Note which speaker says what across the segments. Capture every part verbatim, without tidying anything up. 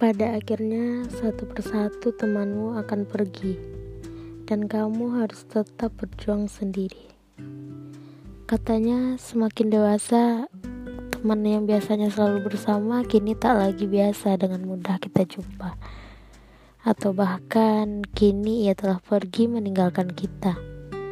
Speaker 1: Pada akhirnya satu persatu temanmu akan pergi, dan kamu harus tetap berjuang sendiri. Katanya semakin dewasa, teman yang biasanya selalu bersama kini tak lagi biasa dengan mudah kita jumpa. Atau bahkan kini ia telah pergi meninggalkan kita.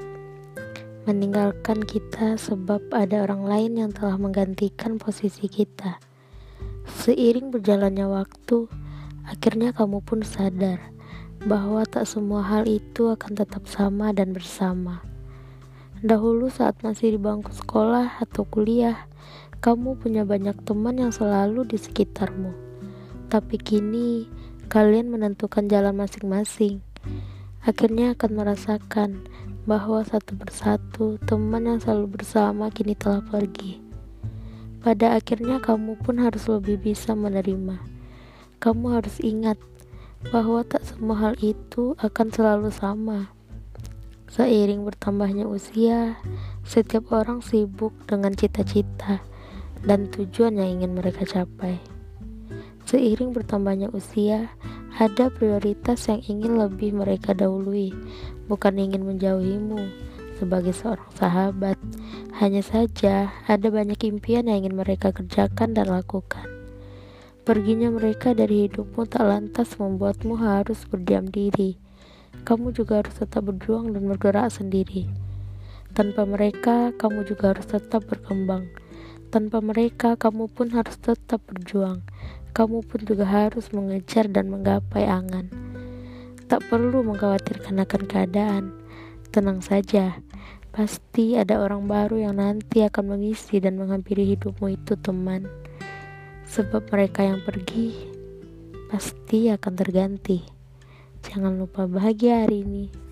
Speaker 1: Meninggalkan kita sebab ada orang lain yang telah menggantikan posisi kita. Seiring berjalannya waktu, akhirnya kamu pun sadar bahwa tak semua hal itu akan tetap sama dan bersama. Dahulu saat masih di bangku sekolah atau kuliah, kamu punya banyak teman yang selalu di sekitarmu. Tapi kini, kalian menentukan jalan masing-masing. Akhirnya akan merasakan bahwa satu persatu teman yang selalu bersama kini telah pergi. Pada akhirnya kamu pun harus lebih bisa menerima. Kamu harus ingat bahwa tak semua hal itu akan selalu sama. Seiring bertambahnya usia, setiap orang sibuk dengan cita-cita dan tujuan yang ingin mereka capai. Seiring bertambahnya usia, ada prioritas yang ingin lebih mereka dahului, bukan ingin menjauhimu sebagai seorang sahabat. Hanya saja ada banyak impian yang ingin mereka kerjakan dan lakukan. Perginya mereka dari hidupmu tak lantas membuatmu harus berdiam diri. Kamu juga harus tetap berjuang dan bergerak sendiri. Tanpa mereka, kamu juga harus tetap berkembang. Tanpa mereka, kamu pun harus tetap berjuang. Kamu pun juga harus mengejar dan menggapai angan. Tak perlu mengkhawatirkan akan keadaan. Tenang saja, pasti ada orang baru yang nanti akan mengisi dan menghampiri hidupmu itu, teman. Sebab mereka yang pergi pasti akan terganti. Jangan lupa bahagia hari ini.